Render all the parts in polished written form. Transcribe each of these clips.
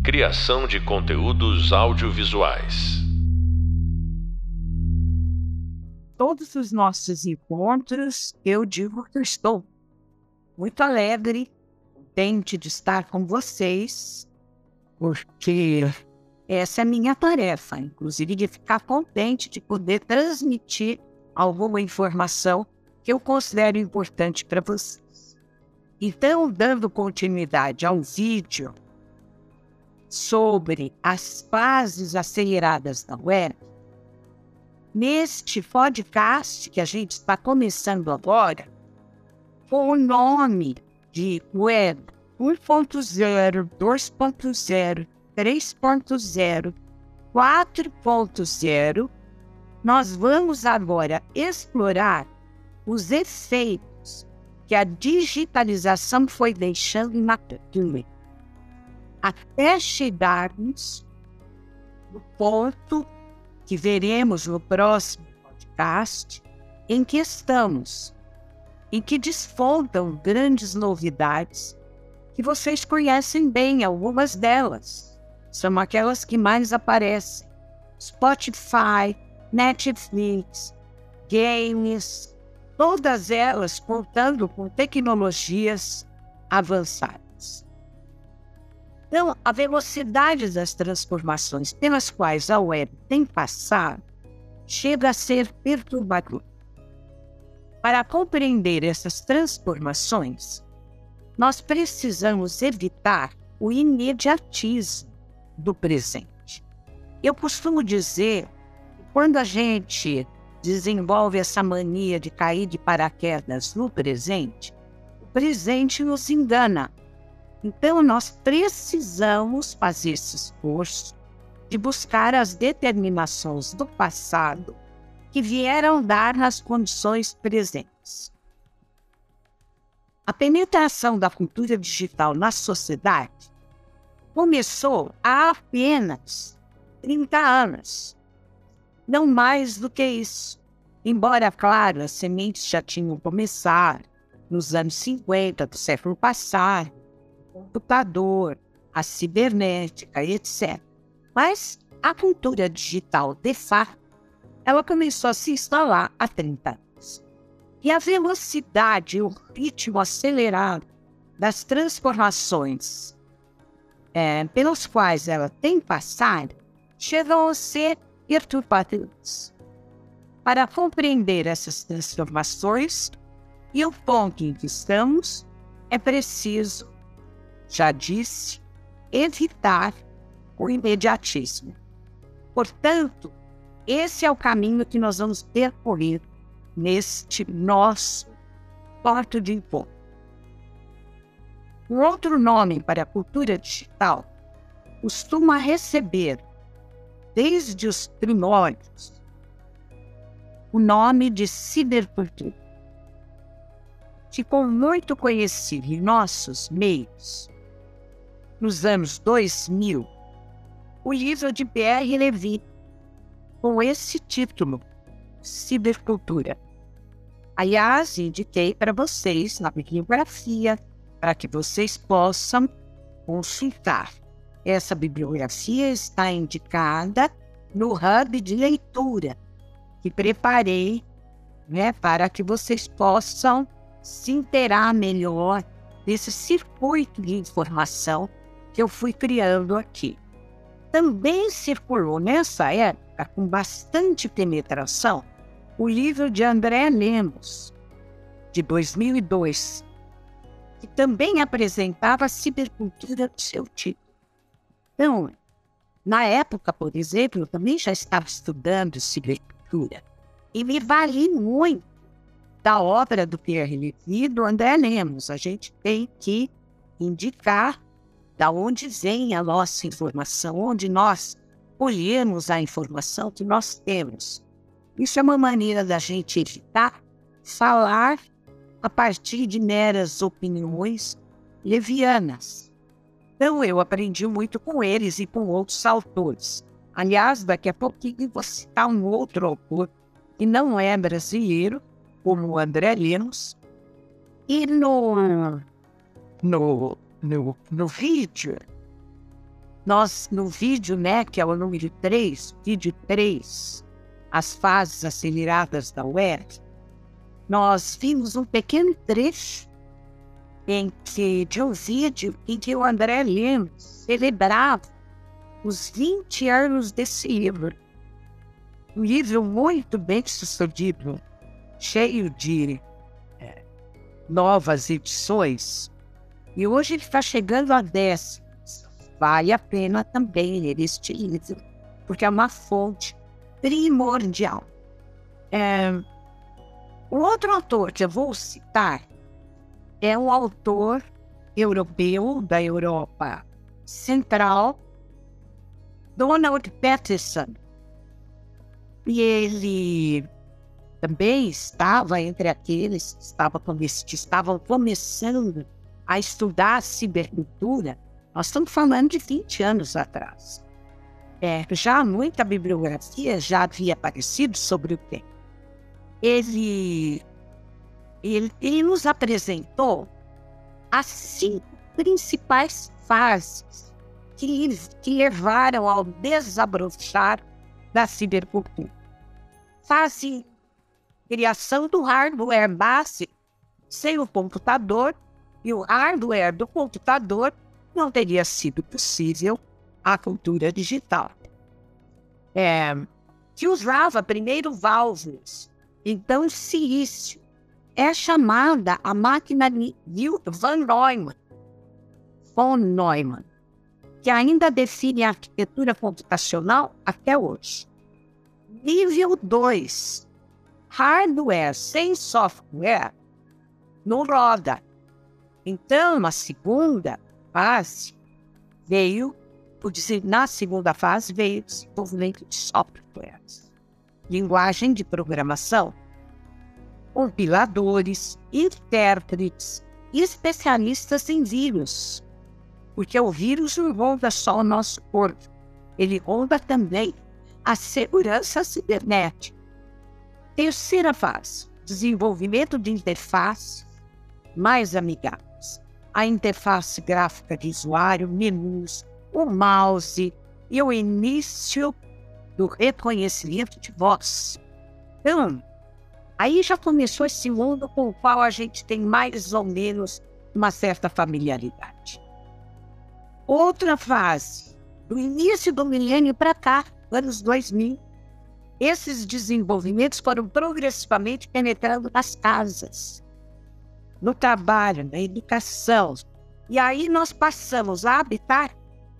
Criação de conteúdos audiovisuais. Todos os nossos encontros, eu digo que eu estou muito alegre, contente de estar com vocês, porque essa é a minha tarefa, inclusive de ficar contente de poder transmitir alguma informação que eu considero importante para vocês. Então, dando continuidade ao vídeo sobre as fases aceleradas da web, neste podcast que a gente está começando agora, com o nome de Web 1.0, 2.0, 3.0, 4.0, nós vamos agora explorar os efeitos que a digitalização foi deixando na cultura, até chegarmos no ponto que veremos no próximo podcast, em que estamos, em que despontam grandes novidades que vocês conhecem bem, algumas delas. São aquelas que mais aparecem. Spotify, Netflix, games, todas elas contando com tecnologias avançadas. Então, a velocidade das transformações pelas quais a web tem passado chega a ser perturbadora. Para compreender essas transformações, nós precisamos evitar o imediatismo do presente. Eu costumo dizer que quando a gente desenvolve essa mania de cair de paraquedas no presente, o presente nos engana. Então, nós precisamos fazer esse esforço de buscar as determinações do passado que vieram dar nas condições presentes. A penetração da cultura digital na sociedade começou há apenas 30 anos. Não mais do que isso. Embora, claro, as sementes já tinham começado nos anos 50 do século passado, computador, a cibernética, etc. Mas a cultura digital, de fato, ela começou a se instalar há 30 anos. E a velocidade, o ritmo acelerado das transformações pelos quais ela tem passado, chegam a ser perturbadoras. Para compreender essas transformações e o ponto em que estamos, é preciso, já disse, evitar o imediatismo. Portanto, esse é o caminho que nós vamos percorrer neste nosso ponto de encontro. Um outro nome para a cultura digital costuma receber, desde os primórdios, o nome de cibercultura. Ficou muito conhecido em nossos meios, nos anos 2000, o livro de Pierre Levy, com esse título, Cibercultura. Aliás, indiquei para vocês na bibliografia, para que vocês possam consultar. Essa bibliografia está indicada no hub de leitura, que preparei, para que vocês possam se inteirar melhor desse circuito de informação que eu fui criando aqui. Também circulou nessa época, com bastante penetração, o livro de André Lemos, de 2002, que também apresentava a cibercultura do seu tipo. Então, na época, por exemplo, eu também já estava estudando cibercultura e me vali muito da obra do Pierre Levy e do André Lemos. A gente tem que indicar da onde vem a nossa informação, onde nós colhemos a informação que nós temos. Isso é uma maneira da gente evitar falar a partir de meras opiniões levianas. Então, eu aprendi muito com eles e com outros autores. Aliás, daqui a pouquinho vou citar um outro autor que não é brasileiro, como o André Lemos. E no vídeo Nós, no vídeo, né, que é o número 3, vídeo 3, as fases aceleradas da web, nós vimos um pequeno trecho de um vídeo em que o André Lemos celebrava os 20 anos desse livro. Um livro muito bem sucedido, cheio de novas edições, e hoje ele está chegando a 10. Vale a pena também ler este livro, porque é uma fonte primordial. O outro autor que eu vou citar é um autor europeu da Europa Central, Donald Peterson. E ele também estava entre aqueles que estavam começando a estudar cibercultura. Nós estamos falando de 20 anos atrás. Já muita bibliografia já havia aparecido sobre o tema. Ele nos apresentou as 5 principais fases que levaram ao desabrochar da cibercultura. Fase criação do hardware base. Sem o computador e o hardware do computador, não teria sido possível a cultura digital. Que usava primeiro válvulas, então silício. É chamada a máquina von Neumann, que ainda define a arquitetura computacional até hoje. Nível 2. Hardware sem software não roda. Então, na segunda fase, veio o desenvolvimento de softwares, linguagem de programação, compiladores, intérpretes e especialistas em vírus, porque o vírus não ronda só o nosso corpo, ele ronda também a segurança cibernética. Terceira fase, desenvolvimento de interfaces mais amigáveis. A interface gráfica de usuário, menus, o mouse e o início do reconhecimento de voz. Então, aí já começou esse mundo com o qual a gente tem mais ou menos uma certa familiaridade. Outra fase, do início do milênio para cá, anos 2000, esses desenvolvimentos foram progressivamente penetrando nas casas, no trabalho, na educação. E aí nós passamos a habitar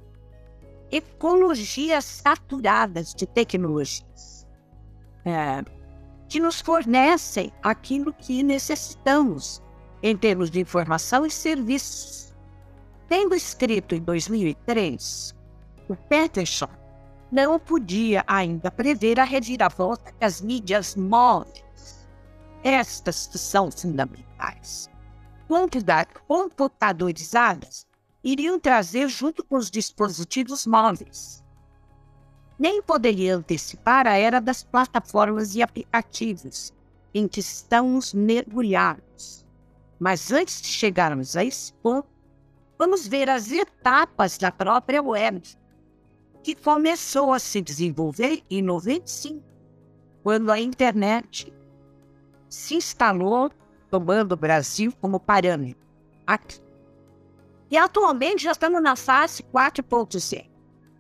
ecologias saturadas de tecnologias, que nos fornecem aquilo que necessitamos em termos de informação e serviços. Tendo escrito em 2003, o Peterson não podia ainda prever a reviravolta das mídias móveis. Estas que são fundamentais. Computadorizadas iriam trazer junto com os dispositivos móveis. Nem poderia antecipar a era das plataformas e aplicativos em que estamos mergulhados. Mas antes de chegarmos a esse ponto, vamos ver as etapas da própria web, que começou a se desenvolver em 95, quando a internet se instalou, tomando o Brasil como parâmetro. Aqui. E atualmente já estamos na fase 4.0.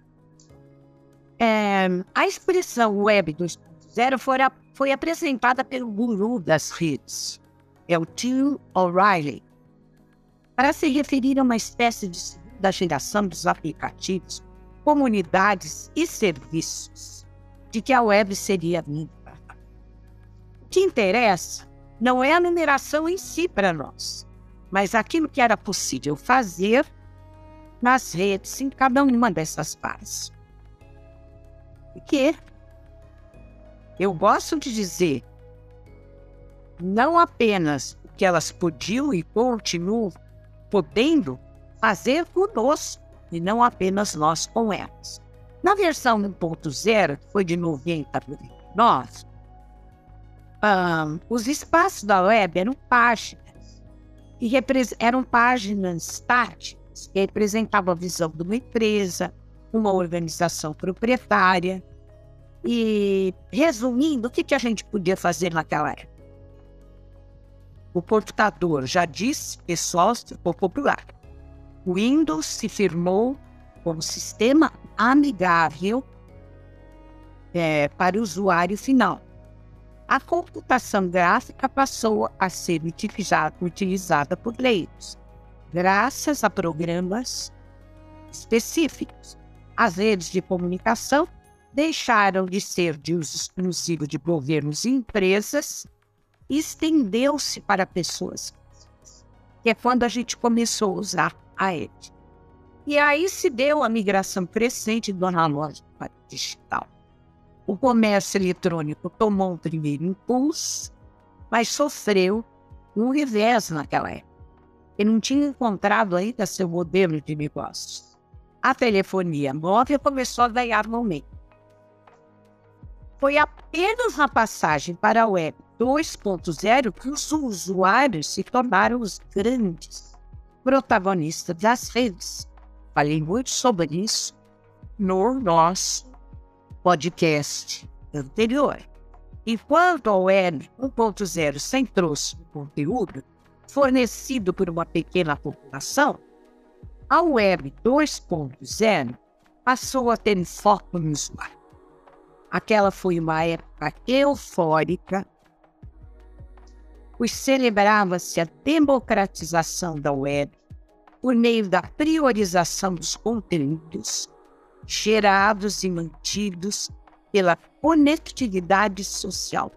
A expressão Web 2.0 foi apresentada pelo guru das redes, o Tim O'Reilly, para se referir a uma espécie de segunda geração dos aplicativos, comunidades e serviços, de que a web seria vinda. O que interessa não é a numeração em si para nós, mas aquilo que era possível fazer nas redes em cada uma dessas fases. Que eu gosto de dizer, não apenas o que elas podiam e continuam podendo fazer conosco, e não apenas nós com elas. Na versão 1.0, que foi de 90 para 99, os espaços da web eram páginas, eram páginas táticas, que representavam a visão de uma empresa, uma organização proprietária. E, resumindo, o que a gente podia fazer naquela época? O computador, já disse, pessoal, ficou popular. O Windows se firmou como sistema amigável para o usuário final. A computação gráfica passou a ser utilizada por leigos, graças a programas específicos. As redes de comunicação deixaram de ser de uso exclusivo de governos e empresas e estendeu-se para pessoas, que é quando a gente começou a usar a rede. E aí se deu a migração crescente do analógico para o digital. O comércio eletrônico tomou um primeiro impulso, mas sofreu um revés naquela época. Ele não tinha encontrado ainda seu modelo de negócios. A telefonia móvel começou a ganhar momento. Foi apenas na passagem para a Web 2.0 que os usuários se tornaram os grandes protagonistas das redes. Falei muito sobre isso no nosso podcast anterior. Enquanto a Web 1.0 centrou-se no conteúdo fornecido por uma pequena população, a Web 2.0 passou a ter foco no usuário. Aquela foi uma época eufórica, pois celebrava-se a democratização da web por meio da priorização dos conteúdos gerados e mantidos pela conectividade social.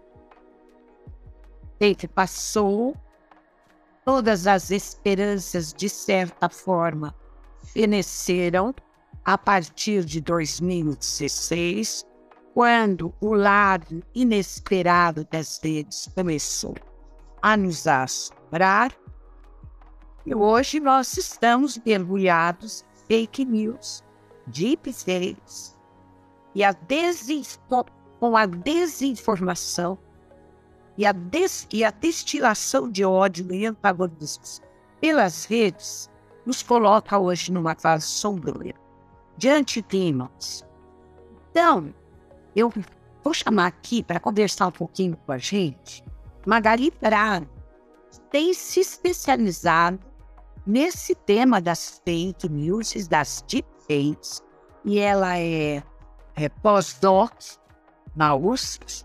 Ele passou, todas as esperanças, de certa forma, feneceram a partir de 2016, quando o lado inesperado das redes começou a nos assombrar. E hoje nós estamos mergulhados em fake news, deepfakes, e com a desinformação e a destilação de ódio e antagonismos pelas redes nos coloca hoje numa fase sombria, diante de nós. Então, eu vou chamar aqui para conversar um pouquinho com a gente Magali Braga, que tem se especializado nesse tema das fake news, das deepfakes, e ela é pós-doc na USP,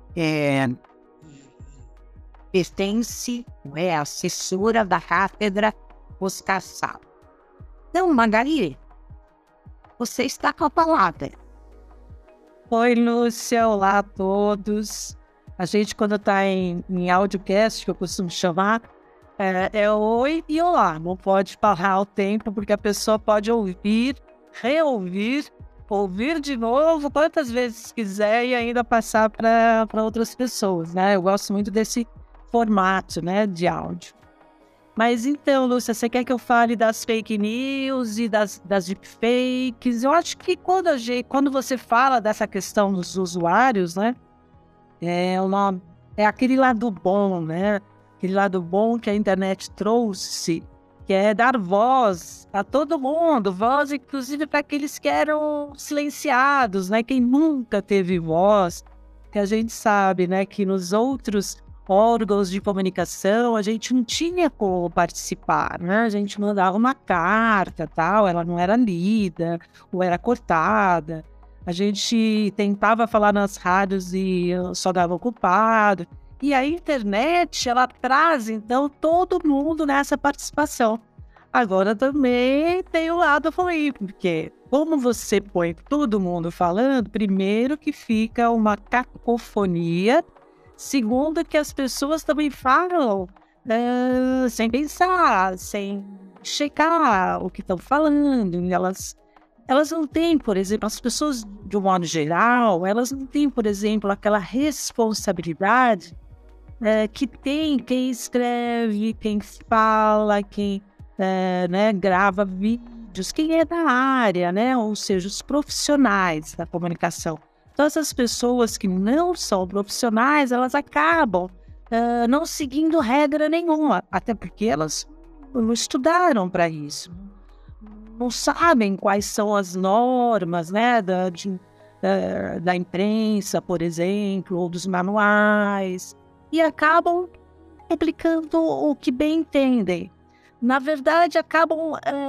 pertence, é assessora da cátedra Oscar Sá. Então, Magali, você está com a palavra. Oi, Lúcia, olá a todos. A gente, quando está em audiocast, que eu costumo chamar, é oi e olá. Não pode parar o tempo, porque a pessoa pode ouvir, reouvir, ouvir de novo, quantas vezes quiser e ainda passar para outras pessoas, né? Eu gosto muito desse formato, né, de áudio. Mas então, Lúcia, você quer que eu fale das fake news e das deepfakes? Eu acho que quando você fala dessa questão dos usuários, né, é aquele lado bom, né? Aquele lado bom que a internet trouxe, que é dar voz a todo mundo, voz inclusive para aqueles que eram silenciados, né? Quem nunca teve voz, que a gente sabe, né, que nos outros órgãos de comunicação a gente não tinha como participar, né? A gente mandava uma carta, tal, ela não era lida, ou era cortada. A gente tentava falar nas rádios e só dava ocupado. E a internet, ela traz, então, todo mundo nessa participação. Agora também tem o lado ruim, porque como você põe todo mundo falando, primeiro que fica uma cacofonia, segundo que as pessoas também falam sem pensar, sem checar o que estão falando. Elas não têm, por exemplo, as pessoas, de um modo geral, elas não têm, por exemplo, aquela responsabilidade que tem quem escreve, quem fala, quem grava vídeos, quem é da área, né? Ou seja, os profissionais da comunicação. Então, essas pessoas que não são profissionais, elas acabam não seguindo regra nenhuma, até porque elas não estudaram para isso, não sabem quais são as normas, né, da imprensa, por exemplo, ou dos manuais, e acabam publicando o que bem entendem. Na verdade, acabam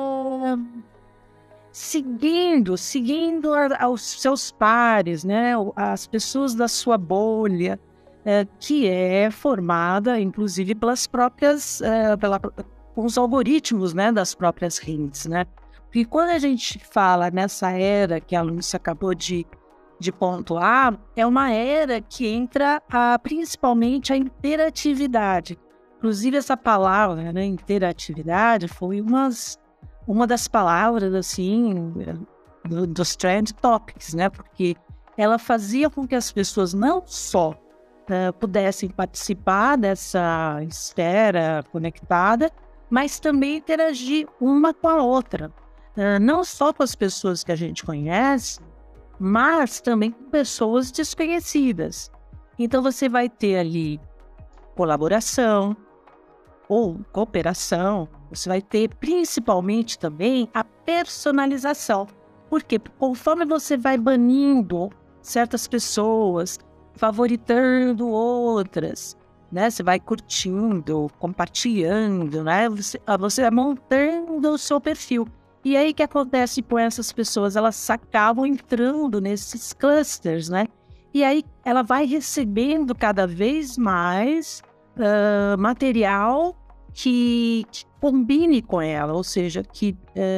seguindo aos seus pares, né, as pessoas da sua bolha, que é formada, inclusive, pelas próprias, com os algoritmos, né, das próprias redes, né? Porque quando a gente fala nessa era que a Lúcia acabou de pontuar, é uma era que entra principalmente a interatividade. Inclusive, essa palavra, né, interatividade, foi uma das palavras, assim, dos trend topics, né? Porque ela fazia com que as pessoas não só pudessem participar dessa esfera conectada, mas também interagir uma com a outra. Não só com as pessoas que a gente conhece, mas também com pessoas desconhecidas. Então, você vai ter ali colaboração ou cooperação, você vai ter principalmente também a personalização. Porque conforme você vai banindo certas pessoas, favoritando outras, né? Você vai curtindo, compartilhando, né? Você vai montando o seu perfil. E aí o que acontece com essas pessoas? Elas acabam entrando nesses clusters, né? E aí ela vai recebendo cada vez mais material que combine com ela, ou seja, que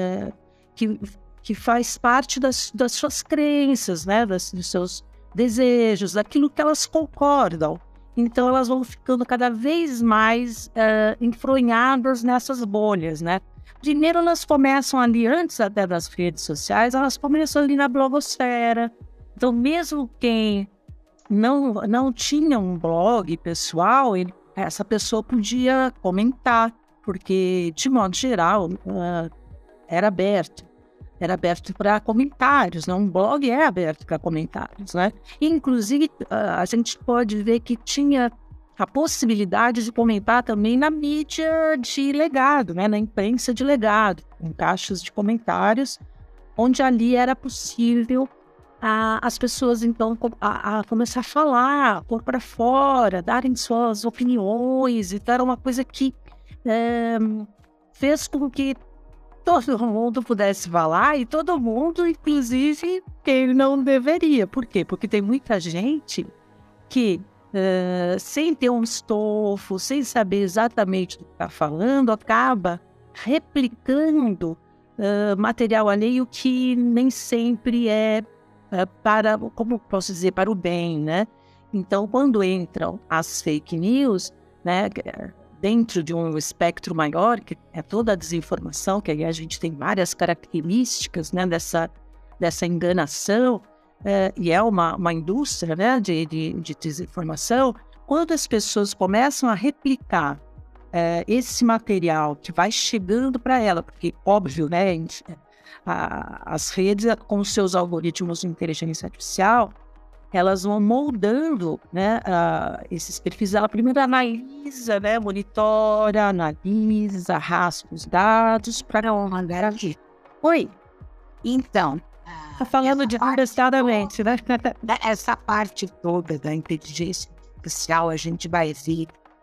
faz parte das suas crenças, né? Dos seus desejos, daquilo que elas concordam. Então, elas vão ficando cada vez mais enfronhadas nessas bolhas, né? Primeiro, elas começam ali, antes até das redes sociais, elas começam ali na blogosfera. Então, mesmo quem não tinha um blog pessoal, essa pessoa podia comentar, porque, de modo geral, era aberto para comentários, né? Um blog é aberto para comentários, né? E, inclusive, a gente pode ver que tinha a possibilidade de comentar também na mídia de legado, né? Na imprensa de legado, em caixas de comentários, onde ali era possível as pessoas, então, a começar a falar, pôr para fora, darem suas opiniões. Então, era uma coisa que fez com que todo mundo pudesse falar, e todo mundo, inclusive, quem não deveria. Por quê? Porque tem muita gente que, sem ter um estofo, sem saber exatamente do que está falando, acaba replicando material alheio que nem sempre é para, como posso dizer, para o bem, né? Então, quando entram as fake news, né, dentro de um espectro maior, que é toda a desinformação, que aí a gente tem várias características, né, dessa enganação, e é uma indústria, né, de desinformação. Quando as pessoas começam a replicar esse material que vai chegando para ela, porque, óbvio, né, as redes, com os seus algoritmos de inteligência artificial, elas vão moldando, né, esses perfis. Ela primeiro analisa, né, monitora, analisa, raspa os dados para mandar aqui. Oi, então, está falando desnecessadamente, né? Essa parte toda da inteligência artificial, a gente vai ver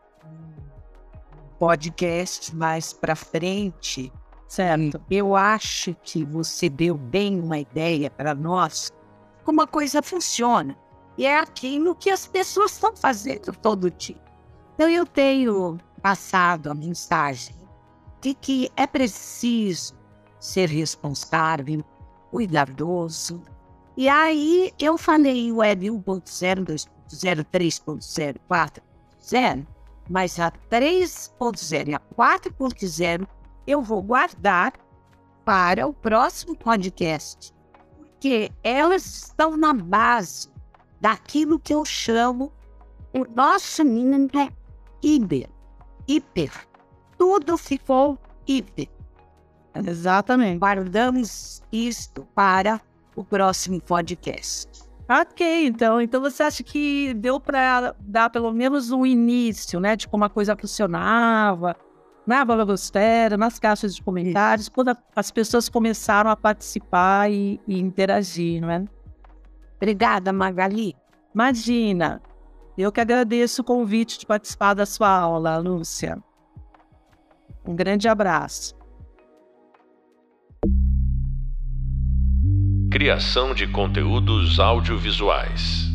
podcast mais para frente. Certo. Eu acho que você deu bem uma ideia para nós como a coisa funciona. E é aquilo que as pessoas estão fazendo todo dia. Então, eu tenho passado a mensagem de que é preciso ser responsável, cuidadoso. E aí, eu falei Web 1.0, 2.0, 3.0, 4.0, mas a 3.0 e a 4.0 eu vou guardar para o próximo podcast, porque elas estão na base daquilo que eu chamo o nosso mundo hiper. Tudo ficou hiper. Exatamente. Guardamos isto para o próximo podcast. Ok, então você acha que deu para dar pelo menos um início, né, de como a coisa funcionava, na blogosfera, nas caixas de comentários, quando as pessoas começaram a participar e interagir, não é? Obrigada, Magali. Imagina, eu que agradeço o convite de participar da sua aula, Lúcia. Um grande abraço. Criação de conteúdos audiovisuais.